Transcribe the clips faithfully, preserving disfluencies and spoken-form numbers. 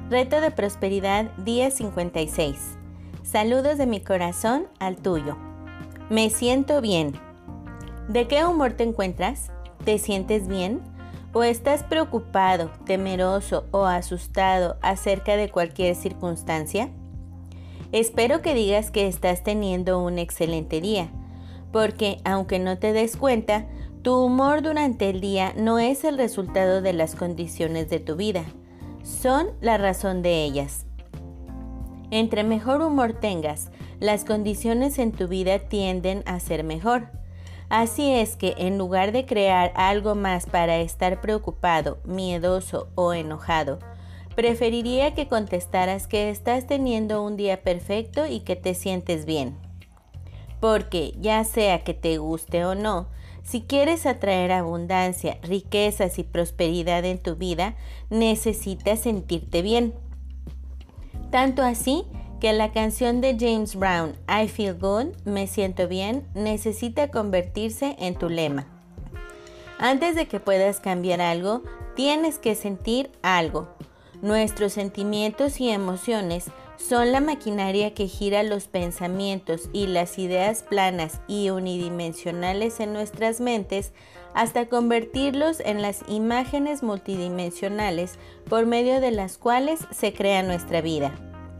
Reto de Prosperidad, día cincuenta y seis. Saludos de mi corazón al tuyo. Me siento bien. ¿De qué humor te encuentras? ¿Te sientes bien? ¿O estás preocupado, temeroso o asustado acerca de cualquier circunstancia? Espero que digas que estás teniendo un excelente día, porque aunque no te des cuenta, tu humor durante el día no es el resultado de las condiciones de tu vida, son la razón de ellas. Entre mejor humor tengas, las condiciones en tu vida tienden a ser mejor. Así es que en lugar de crear algo más para estar preocupado, miedoso o enojado, preferiría que contestaras que estás teniendo un día perfecto y que te sientes bien. Porque, ya sea que te guste o no, si quieres atraer abundancia, riquezas y prosperidad en tu vida, necesitas sentirte bien. Tanto así que la canción de James Brown, I Feel Good, Me Siento Bien, necesita convertirse en tu lema. Antes de que puedas cambiar algo, tienes que sentir algo. Nuestros sentimientos y emociones son la maquinaria que gira los pensamientos y las ideas planas y unidimensionales en nuestras mentes hasta convertirlos en las imágenes multidimensionales por medio de las cuales se crea nuestra vida.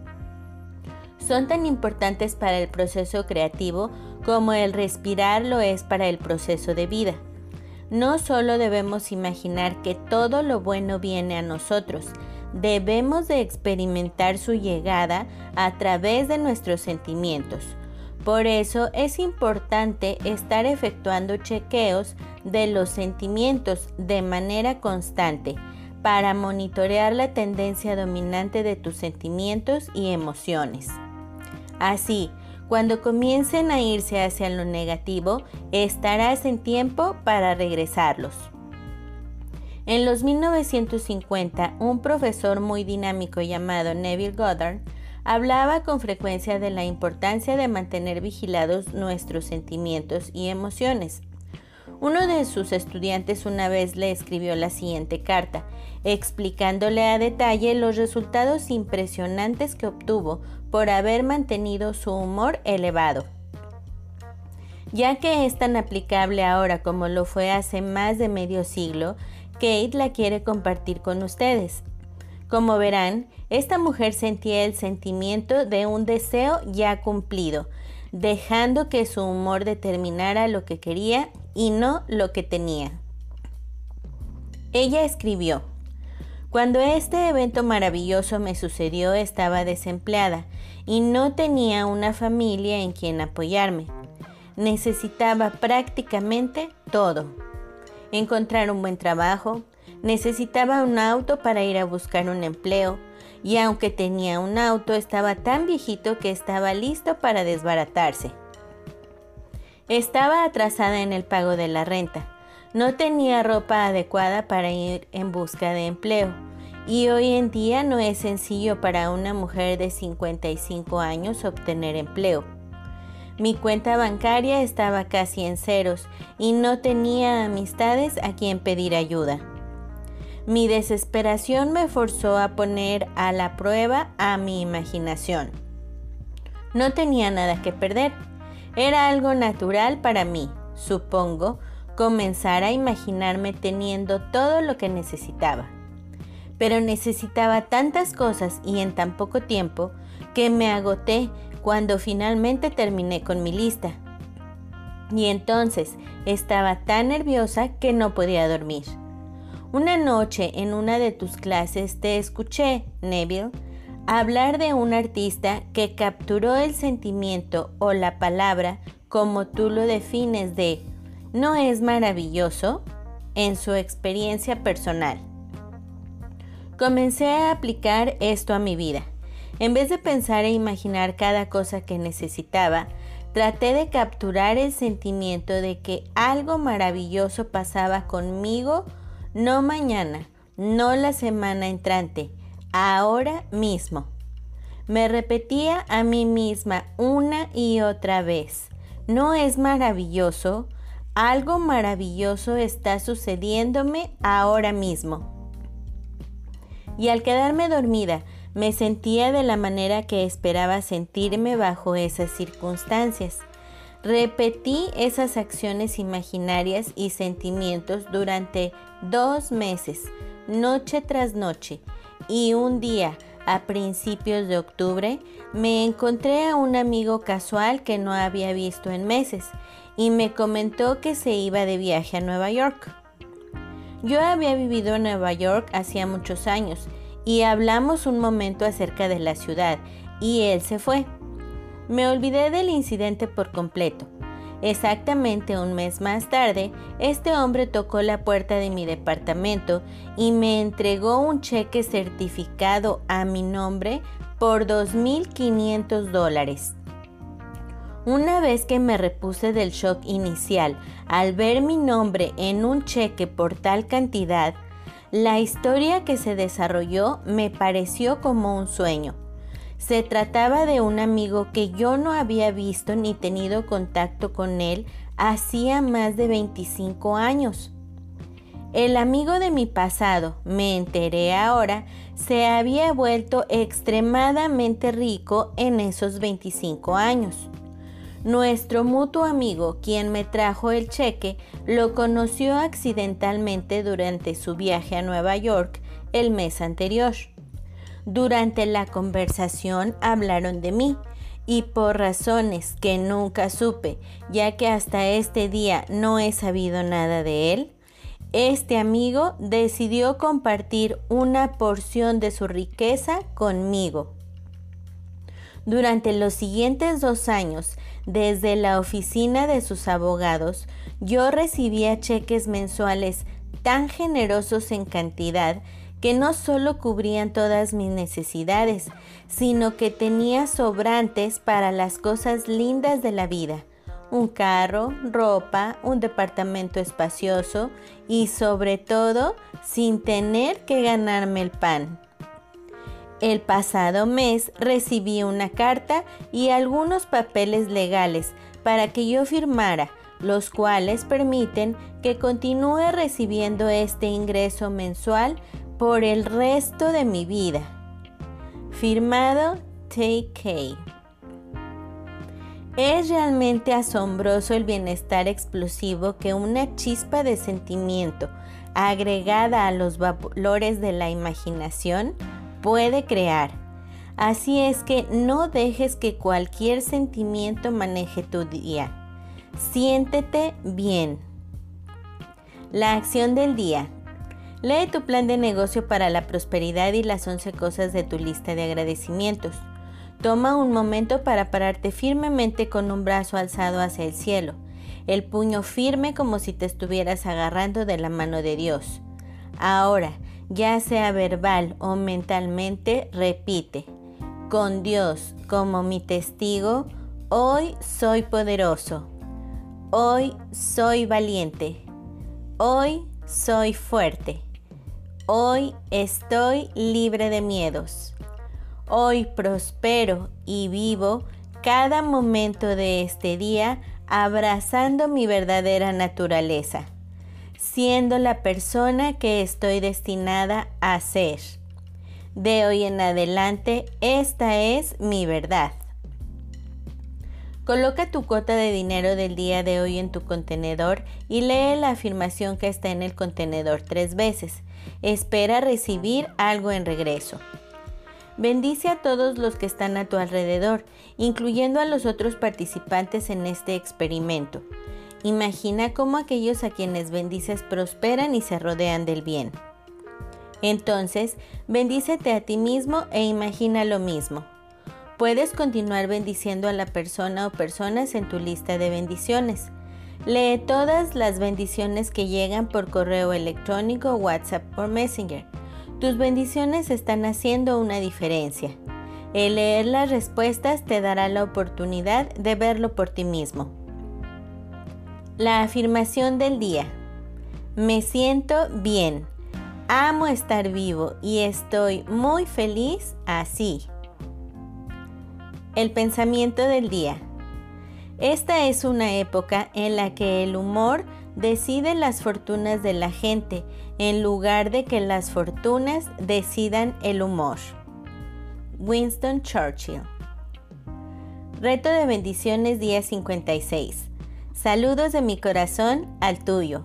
Son tan importantes para el proceso creativo como el respirar lo es para el proceso de vida. No solo debemos imaginar que todo lo bueno viene a nosotros, debemos de experimentar su llegada a través de nuestros sentimientos. Por eso es importante estar efectuando chequeos de los sentimientos de manera constante para monitorear la tendencia dominante de tus sentimientos y emociones. Así, cuando comiencen a irse hacia lo negativo, estarás en tiempo para regresarlos. En los mil novecientos cincuenta, un profesor muy dinámico llamado Neville Goddard hablaba con frecuencia de la importancia de mantener vigilados nuestros sentimientos y emociones. Uno de sus estudiantes una vez le escribió la siguiente carta, explicándole a detalle los resultados impresionantes que obtuvo por haber mantenido su humor elevado. Ya que es tan aplicable ahora como lo fue hace más de medio siglo, Kate la quiere compartir con ustedes. Como verán, esta mujer sentía el sentimiento de un deseo ya cumplido, dejando que su humor determinara lo que quería y no lo que tenía. Ella escribió: cuando este evento maravilloso me sucedió estaba desempleada y no tenía una familia en quien apoyarme. Necesitaba prácticamente todo. Encontrar un buen trabajo, necesitaba un auto para ir a buscar un empleo, y aunque tenía un auto, estaba tan viejito que estaba listo para desbaratarse. Estaba atrasada en el pago de la renta, no tenía ropa adecuada para ir en busca de empleo, y hoy en día no es sencillo para una mujer de cincuenta y cinco años obtener empleo. Mi cuenta bancaria estaba casi en ceros y no tenía amistades a quien pedir ayuda. Mi desesperación me forzó a poner a la prueba a mi imaginación. No tenía nada que perder. Era algo natural para mí, supongo, comenzar a imaginarme teniendo todo lo que necesitaba. Pero necesitaba tantas cosas y en tan poco tiempo que me agoté cuando finalmente terminé con mi lista. Y entonces estaba tan nerviosa que no podía dormir. Una noche en una de tus clases te escuché, Neville, hablar de un artista que capturó el sentimiento o la palabra, como tú lo defines, de ¿no es maravilloso?, en su experiencia personal. Comencé a aplicar esto a mi vida. En vez de pensar e imaginar cada cosa que necesitaba, traté de capturar el sentimiento de que algo maravilloso pasaba conmigo, no mañana, no la semana entrante, ahora mismo. Me repetía a mí misma una y otra vez: ¿no es maravilloso? Algo maravilloso está sucediéndome ahora mismo. Y al quedarme dormida, Me sentía de la manera que esperaba sentirme bajo esas circunstancias. Repetí esas acciones imaginarias y sentimientos durante dos meses, noche tras noche, y un día, a principios de octubre, me encontré a un amigo casual que no había visto en meses y me comentó que se iba de viaje a Nueva York. Yo había vivido en Nueva York hacía muchos años y hablamos un momento acerca de la ciudad y él se fue. Me olvidé del incidente por completo. Exactamente un mes más tarde, este hombre tocó la puerta de mi departamento y me entregó un cheque certificado a mi nombre por dos mil quinientos dólares. Una vez que me repuse del shock inicial al ver mi nombre en un cheque por tal cantidad, la historia que se desarrolló me pareció como un sueño. Se trataba de un amigo que yo no había visto ni tenido contacto con él hacía más de veinticinco años. El amigo de mi pasado, me enteré ahora, se había vuelto extremadamente rico en esos veinticinco años. Nuestro mutuo amigo, quien me trajo el cheque, lo conoció accidentalmente durante su viaje a Nueva York el mes anterior. Durante la conversación hablaron de mí y por razones que nunca supe, ya que hasta este día no he sabido nada de él, este amigo decidió compartir una porción de su riqueza conmigo. Durante los siguientes dos años, desde la oficina de sus abogados, yo recibía cheques mensuales tan generosos en cantidad que no solo cubrían todas mis necesidades, sino que tenía sobrantes para las cosas lindas de la vida: un carro, ropa, un departamento espacioso y sobre todo sin tener que ganarme el pan. El pasado mes recibí una carta y algunos papeles legales para que yo firmara, los cuales permiten que continúe recibiendo este ingreso mensual por el resto de mi vida. Firmado T K. Es realmente asombroso el bienestar explosivo que una chispa de sentimiento agregada a los valores de la imaginación puede crear. Así es que no dejes que cualquier sentimiento maneje tu día. Siéntete bien. La acción del día. Lee tu plan de negocio para la prosperidad y las once cosas de tu lista de agradecimientos. Toma un momento para pararte firmemente con un brazo alzado hacia el cielo, el puño firme como si te estuvieras agarrando de la mano de Dios. Ahora, ya sea verbal o mentalmente, repite: con Dios como mi testigo, hoy soy poderoso, hoy soy valiente, hoy soy fuerte. Hoy estoy libre de miedos. Hoy prospero y vivo cada momento de este día abrazando mi verdadera naturaleza, siendo la persona que estoy destinada a ser. De hoy en adelante, esta es mi verdad. Coloca tu cuota de dinero del día de hoy en tu contenedor y lee la afirmación que está en el contenedor tres veces. Espera recibir algo en regreso. Bendice a todos los que están a tu alrededor, incluyendo a los otros participantes en este experimento. Imagina cómo aquellos a quienes bendices prosperan y se rodean del bien. Entonces, bendícete a ti mismo e imagina lo mismo. Puedes continuar bendiciendo a la persona o personas en tu lista de bendiciones. Lee todas las bendiciones que llegan por correo electrónico, WhatsApp o Messenger. Tus bendiciones están haciendo una diferencia. El leer las respuestas te dará la oportunidad de verlo por ti mismo. La afirmación del día. Me siento bien. Amo estar vivo y estoy muy feliz así. El pensamiento del día. Esta es una época en la que el humor decide las fortunas de la gente en lugar de que las fortunas decidan el humor. Winston Churchill. Reto de bendiciones día cincuenta y seis. Saludos de mi corazón al tuyo.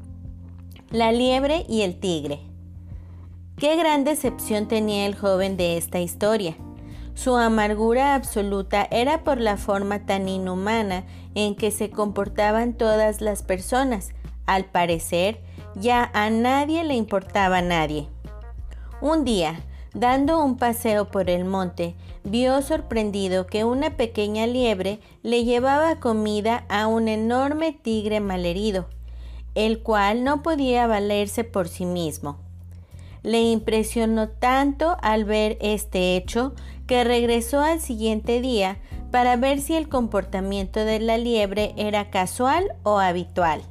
La liebre y el tigre. Qué gran decepción tenía el joven de esta historia. Su amargura absoluta era por la forma tan inhumana en que se comportaban todas las personas. Al parecer, ya a nadie le importaba nadie. Un día, dando un paseo por el monte, vio sorprendido que una pequeña liebre le llevaba comida a un enorme tigre malherido, el cual no podía valerse por sí mismo. Le impresionó tanto al ver este hecho que regresó al siguiente día para ver si el comportamiento de la liebre era casual o habitual.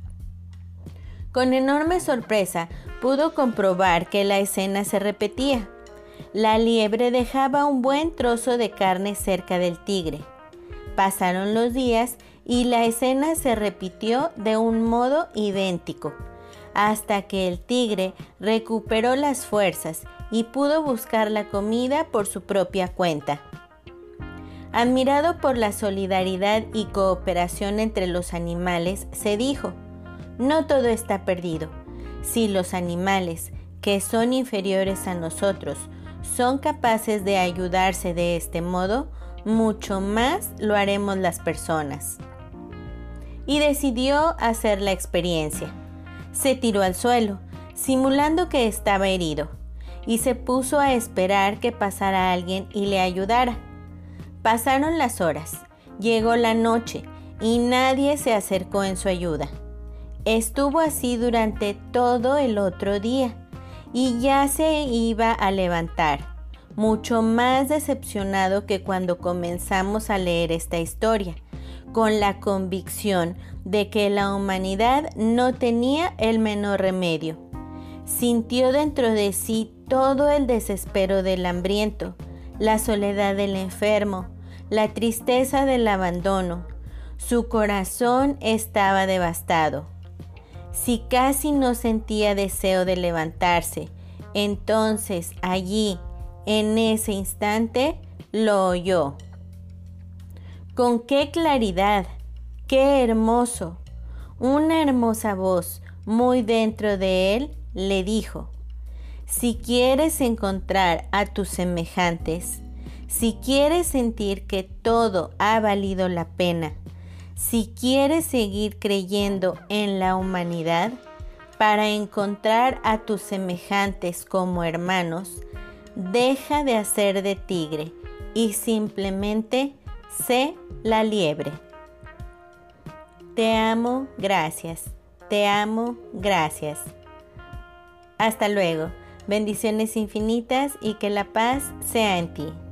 Con enorme sorpresa pudo comprobar que la escena se repetía. La liebre dejaba un buen trozo de carne cerca del tigre. Pasaron los días y la escena se repitió de un modo idéntico, hasta que el tigre recuperó las fuerzas y pudo buscar la comida por su propia cuenta. Admirado por la solidaridad y cooperación entre los animales, se dijo: no todo está perdido. Si los animales, que son inferiores a nosotros, son capaces de ayudarse de este modo, mucho más lo haremos las personas. Y decidió hacer la experiencia. Se tiró al suelo, simulando que estaba herido, y se puso a esperar que pasara alguien y le ayudara. Pasaron las horas, llegó la noche, y nadie se acercó en su ayuda. Estuvo así durante todo el otro día, y ya se iba a levantar, mucho más decepcionado que cuando comenzamos a leer esta historia, con la convicción de que la humanidad no tenía el menor remedio. Sintió dentro de sí todo el desespero del hambriento, la soledad del enfermo, la tristeza del abandono. Su corazón estaba devastado. Si casi no sentía deseo de levantarse, entonces allí, en ese instante, lo oyó. Con qué claridad, qué hermoso. Una hermosa voz muy dentro de él le dijo: si quieres encontrar a tus semejantes, si quieres sentir que todo ha valido la pena, si quieres seguir creyendo en la humanidad, para encontrar a tus semejantes como hermanos, deja de hacer de tigre y simplemente sé la liebre. Te amo, gracias. Te amo, gracias. Hasta luego. Bendiciones infinitas y que la paz sea en ti.